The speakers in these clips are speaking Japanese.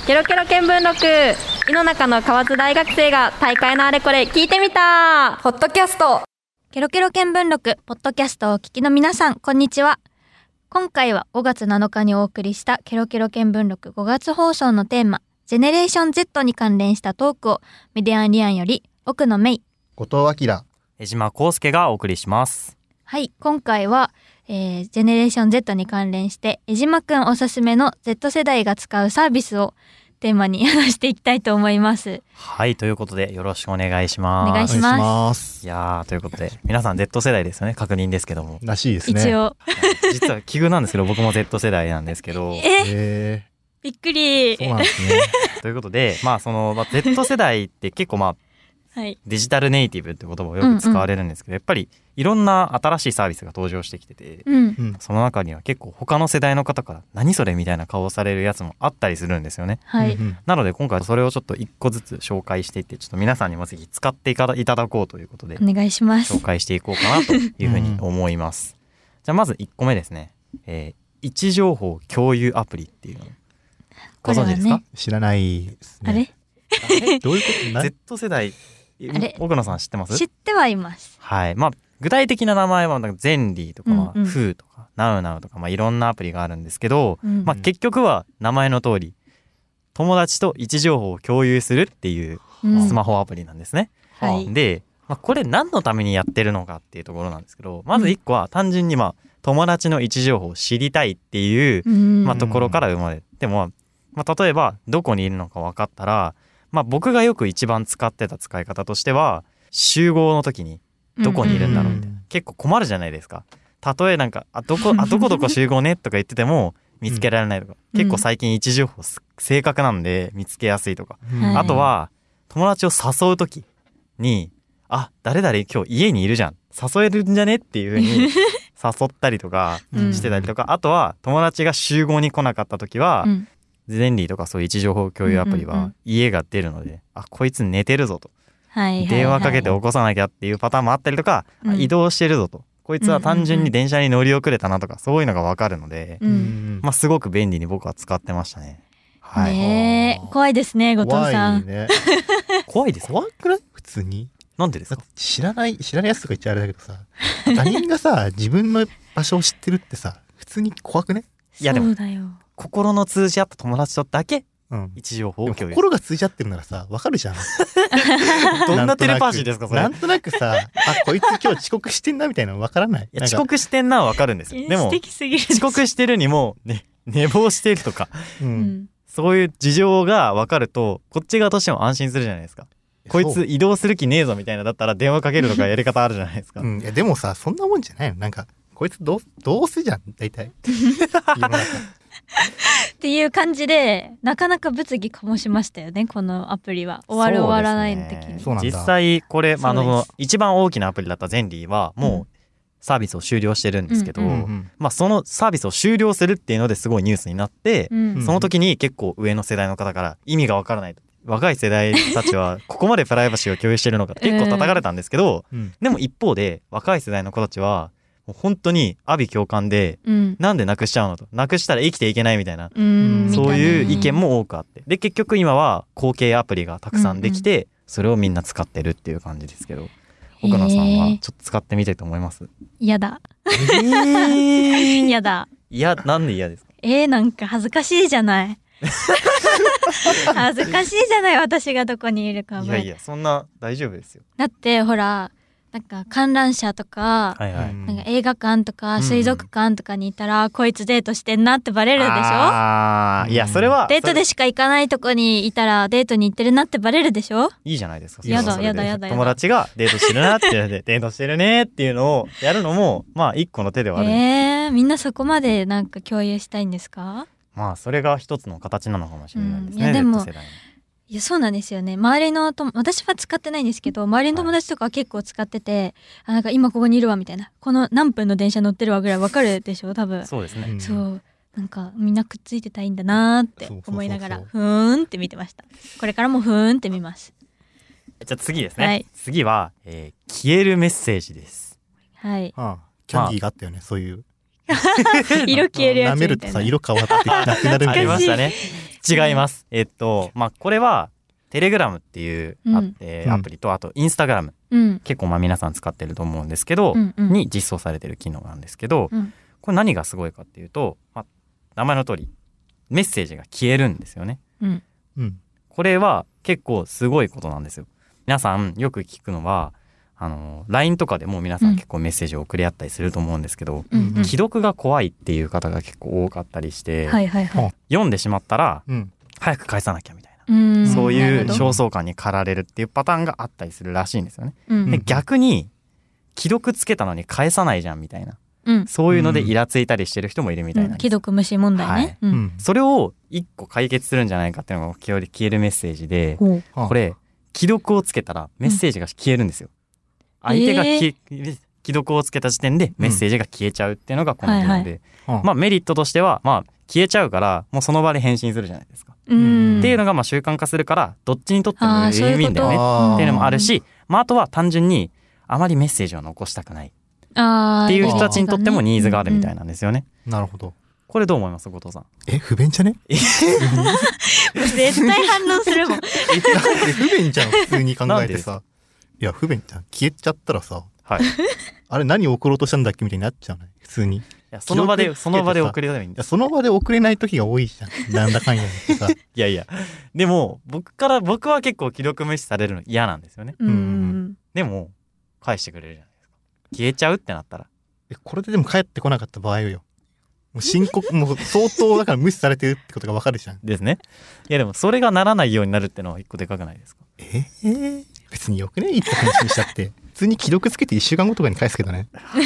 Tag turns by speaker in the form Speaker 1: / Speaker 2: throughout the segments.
Speaker 1: ケロケロ見聞録、井の中の河津大学生が大会のあれこれ聞いてみたポッドキャスト。
Speaker 2: ケロケロ見聞録ポッドキャストをお聞きの皆さん、こんにちは。今回は5月7日にお送りしたケロケロ見聞録5月放送のテーマジェネレーション Z に関連したトークをメディアンリアンより奥野芽衣、
Speaker 3: 後藤明、
Speaker 4: 江島康介がお送りします。
Speaker 2: はい、今回は、ジェネレーション Z に関連して江島くんおすすめの Z 世代が使うサービスをテーマに話していきたいと思います。
Speaker 4: はい、ということでよろしくお願いします。
Speaker 2: お願いします。
Speaker 4: いやー、ということで皆さん Z 世代ですよね、確認ですけども。
Speaker 3: らしいですね。
Speaker 2: 一応
Speaker 4: 実は奇遇なんですけど僕も Z 世代なんですけど
Speaker 2: びっくり。
Speaker 3: そうなんですね。
Speaker 4: ということでZ 世代って結構
Speaker 2: はい、
Speaker 4: デジタルネイティブって言葉をよく使われるんですけど、やっぱりいろんな新しいサービスが登場してきてて、その中には結構他の世代の方から何それみたいな顔をされるやつもあったりするんですよね。
Speaker 2: はい、
Speaker 4: なので今回はそれをちょっと一個ずつ紹介していって、ちょっと皆さんにもぜひ使っていただこうということで
Speaker 2: お願いします。
Speaker 4: 紹介していこうかなというふうに思います。じゃあまず1個目ですね、位置情報共有アプリっていうのご存知ですか？
Speaker 2: ね、
Speaker 3: 知らないですね。
Speaker 2: あれ
Speaker 3: どういうこと？
Speaker 4: Z 世代、奥野さん知ってます？
Speaker 2: 知ってはいます。
Speaker 4: はい、具体的な名前はゼンリーとか、フーとかナウナウとか、いろんなアプリがあるんですけど、結局は名前の通り友達と位置情報を共有するっていうスマホアプリなんですね。で、これ何のためにやってるのかっていうところなんですけど、まず1個は単純に友達の位置情報を知りたいっていう、ところから生まれて、でも例えばどこにいるのか分かったら、僕がよく一番使ってた使い方としては、集合の時にどこにいるんだろうみたいな、結構困るじゃないですか。たとえどこ集合ねとか言ってても見つけられないとか、結構最近位置情報正確なんで見つけやすいとか、あとは友達を誘う時に、誰々今日家にいるじゃん、誘えるんじゃねっていう風に誘ったりとかしてたりとか、あとは友達が集合に来なかった時は、ゼンリーとかそういう位置情報共有アプリは家が出るので、こいつ寝てるぞと、電話かけて起こさなきゃっていうパターンもあったりとか、移動してるぞと、こいつは単純に電車に乗り遅れたなとか、そういうのが分かるので、すごく便利に僕は使ってましたね。はい、
Speaker 2: 怖いですね、後藤さん。
Speaker 4: 怖いですか？
Speaker 3: 怖くない？普通に。
Speaker 4: なんでですか？
Speaker 3: 知らないやつとか言っちゃあれだけどさ、他人がさ自分の場所を知ってるってさ、普通に怖くね？
Speaker 4: いやでも
Speaker 2: そうだよ、
Speaker 4: 心の通じ合った友達とだけ位置情報を共有。
Speaker 3: 心が通じ合ってるならさ、わかるじゃん。
Speaker 4: どんなテレパシーですかそれ？
Speaker 3: なんとなくさ、こいつ今日遅刻してんなみたいなのわからない？
Speaker 4: 遅刻してんなはわかるんですよ。でも遅刻してるにも、寝坊してるとか、そういう事情がわかると、こっち側としても安心するじゃないですか。こいつ移動する気ねえぞみたいなだったら電話かけるとかやり方あるじゃないですか。
Speaker 3: いやでもさ、そんなもんじゃないの？なんかこいつどうせじゃん大体世の中
Speaker 2: っていう感じで、なかなか物議醸しましたよね、このアプリは。終わらないの時に。
Speaker 3: 実
Speaker 4: 際これ、一番大きなアプリだったゼンリーはもうサービスを終了してるんですけど、そのサービスを終了するっていうのですごいニュースになって、その時に結構上の世代の方から意味がわからないと、若い世代たちはここまでプライバシーを共有してるのかって結構叩かれたんですけど、でも一方で若い世代の子たちはもう本当に阿鼻共感で、なんでなくしちゃうのと、なくしたら生きていけないみたいな、そういう意見も多くあって、で結局今は後継アプリがたくさんできて、それをみんな使ってるっていう感じですけど、奥野さんはちょっと使ってみたいと思います？
Speaker 2: 嫌だ。嫌だ。
Speaker 4: なんで嫌ですか？
Speaker 2: なんか恥ずかしいじゃない恥ずかしいじゃない、私がどこにいるか。
Speaker 4: いやそんな大丈夫ですよ。
Speaker 2: だってほら、なんか観覧車とか、なんか映画館とか水族館とかにいたら、こいつデートしてんなってバレるでしょ？
Speaker 4: いやそれは
Speaker 2: デートでしか行かないとこにいたらデートに行ってるなってバレるでしょ？い
Speaker 4: いじゃないですか。
Speaker 2: やだ
Speaker 4: 友達がデートしてるなって言ってデートしてるねっていうのをやるのも一個の手ではある。
Speaker 2: みんなそこまでなんか共有したいんですか？
Speaker 4: それが一つの形なのかもしれないですね。
Speaker 2: いやでも
Speaker 4: Z 世代の。
Speaker 2: いやそうなんですよね。周りの私は使ってないんですけど、周りの友達とかは結構使ってて、なんか今ここにいるわみたいな、この何分の電車乗ってるわぐらいわかるでしょ多分。
Speaker 4: そうですね。
Speaker 2: そうなんかみんなくっついてたいんだなーって思いながらふーんって見てました。これからもふーんって見ます。
Speaker 4: じゃあ次ですね。次は、消えるメッセージです。
Speaker 2: はい。
Speaker 3: キャンディーがあったよね、そういう
Speaker 2: 色消えるやつみたいな。
Speaker 3: 舐めるとさ色変わってなくなるみたいな。
Speaker 4: ありましたね。 違います。まあこれはテレグラムっていうアプリと、あとインスタグラム、結構まあ皆さん使ってると思うんですけど、に実装されてる機能なんですけど、これ何がすごいかっていうと、まあ、名前の通りメッセージが消えるんですよね。これは結構すごいことなんですよ。皆さんよく聞くのはLINE とかでも皆さん結構メッセージを送り合ったりすると思うんですけど、既読が怖いっていう方が結構多かったりして、読んでしまったら、早く返さなきゃみたいな、そういう焦燥感に駆られるっていうパターンがあったりするらしいんですよね。で逆に既読つけたのに返さないじゃんみたいな、そういうのでイラついたりしてる人もいるみたいなんです。
Speaker 2: 既読無視問題ね。
Speaker 4: それを一個解決するんじゃないかっていうのが消えるメッセージで、これ既読をつけたらメッセージが消えるんですよ。相手が既読をつけた時点でメッセージが消えちゃうっていうのがこの機能で、まあメリットとしては、まあ消えちゃうからもうその場で返信するじゃないですか。っていうのがまあ習慣化するから、どっちにとってもいいんだよねっていうのもあるし、まああとは単純にあまりメッセージを残したくないっていう人たちにとってもニーズがあるみたいなんですよね。
Speaker 3: なるほど。
Speaker 4: これどう思います、後藤さん？
Speaker 3: 不便じゃね？
Speaker 2: 絶対反応するもん。
Speaker 3: 不便じゃん、普通に考えてさ。いや、不便じゃん。消えちゃったらさ、あれ何送ろうとしたんだっけみたいになっちゃうね、普通に。いや、
Speaker 4: その場で送れないんだ。
Speaker 3: その場で送れない時が多いじゃん。なんだかんやってさ。
Speaker 4: いやいや、でも僕は結構既読無視されるの嫌なんですよね。でも返してくれるじゃないですか。消えちゃうってなったら。
Speaker 3: これででも帰ってこなかった場合よ。もう深刻、もう相当だから無視されてるってことがわかるじゃん。
Speaker 4: ですね。いやでもそれがならないようになるってのは一個でかくないですか？
Speaker 3: 別によくね、いいって話にしちゃって。普通に既読つけて1週間後とかに返すけどね。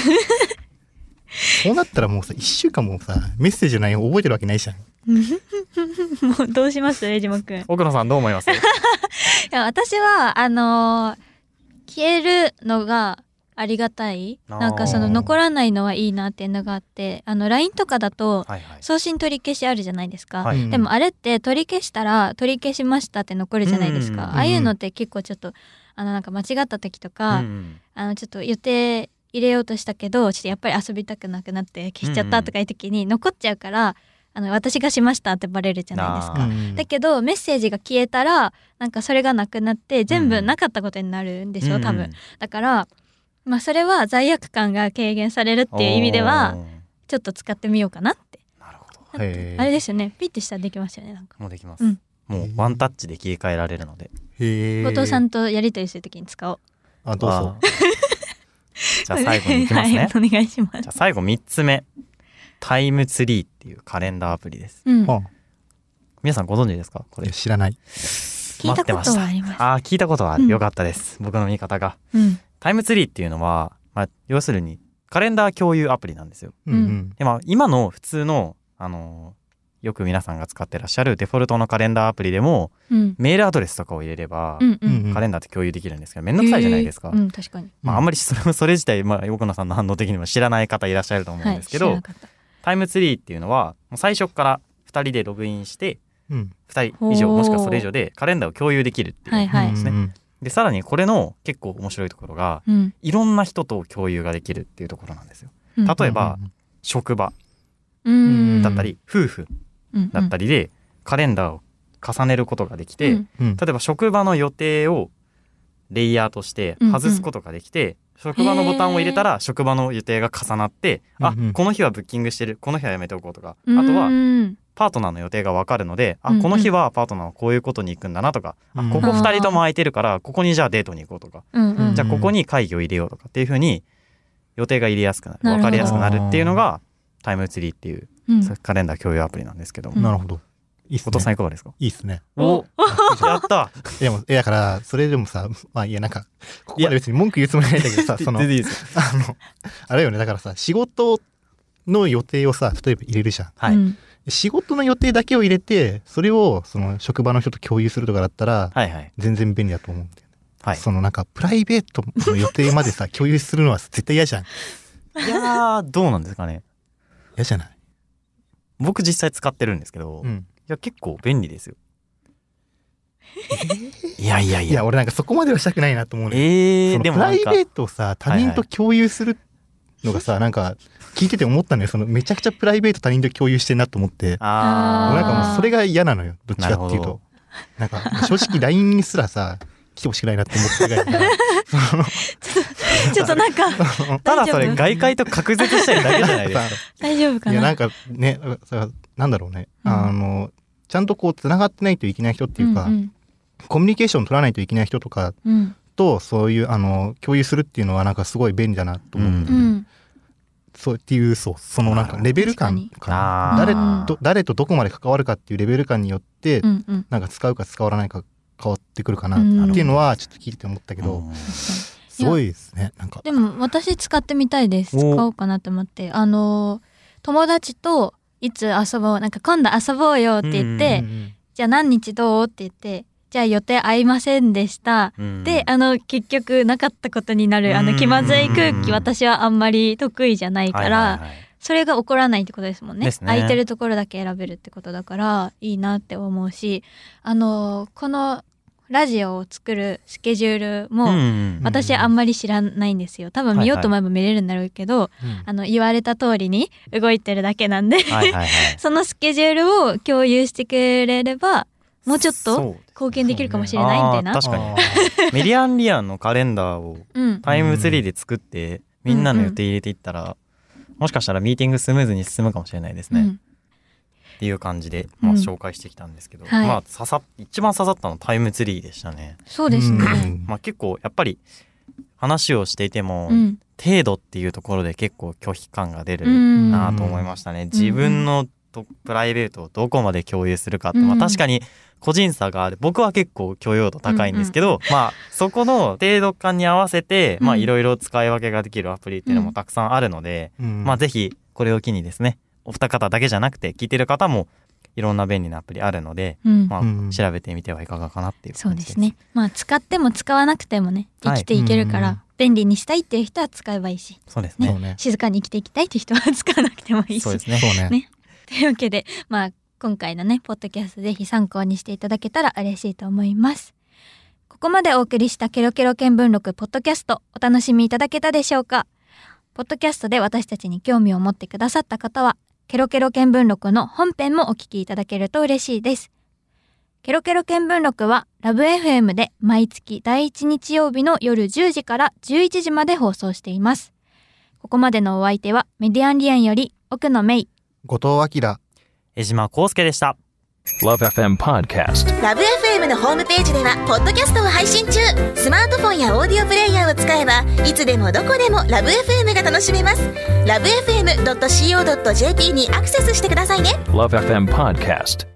Speaker 3: そうなったらもうさ、1週間もさ、メッセージの内容覚えてるわけないじゃん。
Speaker 2: もうどうします江島くん。
Speaker 4: 奥野さんどう思います？い
Speaker 2: や、私は消えるのがありがたい。なんかその残らないのはいいなっていうのがあって、LINE とかだと送信取り消しあるじゃないですか。でもあれって取り消したら取り消しましたって残るじゃないですか。ああいうのって結構ちょっとなんか間違った時とか、ちょっと予定入れようとしたけどちょっとやっぱり遊びたくなくなって消しちゃったとかいう時に残っちゃうから、私がしましたってバレるじゃないですか。だけどメッセージが消えたらなんかそれがなくなって全部なかったことになるんでしょ、多分。だからまあそれは罪悪感が軽減されるっていう意味ではちょっと使ってみようかなって。
Speaker 4: なるほど。
Speaker 2: あれですよね、ピッてしたらできますよね。なんか
Speaker 4: もうできます、もうワンタッチで切り替えられるので。
Speaker 2: 後藤さんとやり取りするときに使おう。
Speaker 3: どうぞ。
Speaker 4: じゃあ最後に行きますね。
Speaker 2: お願いします。
Speaker 4: じゃあ最後3つ目、タイムツリーっていうカレンダーアプリです。皆さんご存知ですか？これ
Speaker 3: 知らない。
Speaker 2: 聞いたことはあります。
Speaker 4: 聞いたことはある。よかったです。僕の見方が。タイムツリーっていうのは、要するにカレンダー共有アプリなんですよ。で今の普通のよく皆さんが使ってらっしゃるデフォルトのカレンダーアプリでも、メールアドレスとかを入れれば、カレンダーって共有できるんですけど、めんどくさいじゃないですか。
Speaker 2: 確かに。
Speaker 4: あんまりそれ自体、奥野さんの反応的にも知らない方いらっしゃると思うんですけど、タイムツリーっていうのはもう最初から2人でログインして、2人以上もしくはそれ以上でカレンダーを共有できるっていうことですね。でさらにこれの結構面白いところが、いろんな人と共有ができるっていうところなんですよ。例えば、職場だったり夫婦だったりでカレンダーを重ねることができて、例えば職場の予定をレイヤーとして外すことができて、職場のボタンを入れたら職場の予定が重なって、この日はブッキングしてる、この日はやめておこうとか、あとはパートナーの予定が分かるので、この日はパートナーはこういうことに行くんだなとか、ここ2人とも空いてるからここにじゃあデートに行こうとか、じゃあここに会議を入れようとかっていう風に予定が入れやすくなる、分かりやすくなるっていうのがタイムツリーっていうカレンダー共有アプリなんですけども。
Speaker 3: なるほど。いいっすね。
Speaker 4: 後藤さんいかがですか？
Speaker 3: いいっすね。
Speaker 4: おやった
Speaker 3: だからそれでもさ、なんかここまで別に文句言うつもりないんだけどさ、
Speaker 4: 全然いいですよ。
Speaker 3: あれよね、だからさ、仕事の予定をさ、例えば入れるじゃん。仕事の予定だけを入れて、それをその職場の人と共有するとかだったら、全然便利だと思うんだよね。そのなんかプライベートの予定までさ共有するのは絶対嫌じゃん。
Speaker 4: いやー、どうなんですかね。
Speaker 3: 嫌じゃない？
Speaker 4: 僕実際使ってるんですけど、いや結構便利ですよ。いや
Speaker 3: 俺なんかそこまではしたくないなと思うね。でもプライベートをさ他人と共有するのがさ、なんか聞いてて思ったのよ。そのめちゃくちゃプライベート他人と共有してんなと思って。なんかもうそれが嫌なのよ。どっちかっていうと。なんか正直 LINE にすらさ、来てほしくないなって思ってるから。
Speaker 2: ちょっとなんか
Speaker 4: ただそれ外界と隔絶したいだけじゃないですか。
Speaker 2: 大丈夫かな。
Speaker 3: いやなんかね、なんだろうね。ちゃんとこう繋がってないといけない人っていうか、コミュニケーション取らないといけない人とかとそういう共有するっていうのはなんかすごい便利だなと思って。そうっていうそのなんかレベル感か誰とどこまで関わるかっていうレベル感によってなんか使うか使わないか変わってくるかなっていうのはちょっと聞いてて思ったけど、すごいですね。なんか
Speaker 2: でも私使ってみたいです。使おうかなと思って、友達といつ遊ぼう、なんか今度遊ぼうよって言って、じゃあ何日どうって言って、じゃあ予定合いませんでした、で結局なかったことになる気まずい空気、私はあんまり得意じゃないから、それが起こらないってことですもんね。空いてるところだけ選べるってことだからいいなって思うし、このラジオを作るスケジュールも私あんまり知らないんですよ。多分見ようと思えば見れるんだろうけど、言われた通りに動いてるだけなんでそのスケジュールを共有してくれればもうちょっと貢献できるかもしれないみたいな。
Speaker 4: 確かにメディアンリアンのカレンダーをタイムツリーで作ってみんなの予定入れていったら、もしかしたらミーティングスムーズに進むかもしれないですね、っていう感じで、紹介してきたんですけど、一番刺さったのはタイムツリーでしたね。
Speaker 2: そうですね、
Speaker 4: 結構やっぱり話をしていても、程度っていうところで結構拒否感が出るなと思いましたね。自分のプライベートをどこまで共有するかって、確かに個人差がある。僕は結構許容度高いんですけど、そこの程度感に合わせていろいろ使い分けができるアプリっていうのもたくさんあるので、ぜひこれを機にですね、お二方だけじゃなくて聞いてる方もいろんな便利なアプリあるので、調べてみてはいかがかなっていう感じです。
Speaker 2: そうですね。使っても使わなくてもね、生きていけるから、便利にしたいっていう人は使えばいいし、
Speaker 4: そうですね。
Speaker 2: 静かに生きていきたいっていう人は使わなくてもいいし、
Speaker 4: そうですね。
Speaker 2: というわけで、今回のねポッドキャストぜひ参考にしていただけたら嬉しいと思います。ここまでお送りしたケロケロ見聞録ポッドキャスト、お楽しみいただけたでしょうか。ポッドキャストで私たちに興味を持ってくださった方はケロケロ見聞録の本編もお聞きいただけると嬉しいです。ケロケロ見聞録はラブ FM で毎月第1日曜日の夜10時から11時まで放送しています。ここまでのお相手はメディアンリアンより奥野芽衣、
Speaker 3: 後藤明、
Speaker 4: 江島康介でした。
Speaker 5: LoveFM Podcast。
Speaker 6: ラブ FM のホームページではポッドキャストを配信中。スマートフォンやオーディオプレイヤーを使えばいつでもどこでもラブ FM が楽しめます。ラブ FM.co.jp にアクセスしてくださいね。
Speaker 5: LoveFM Podcast。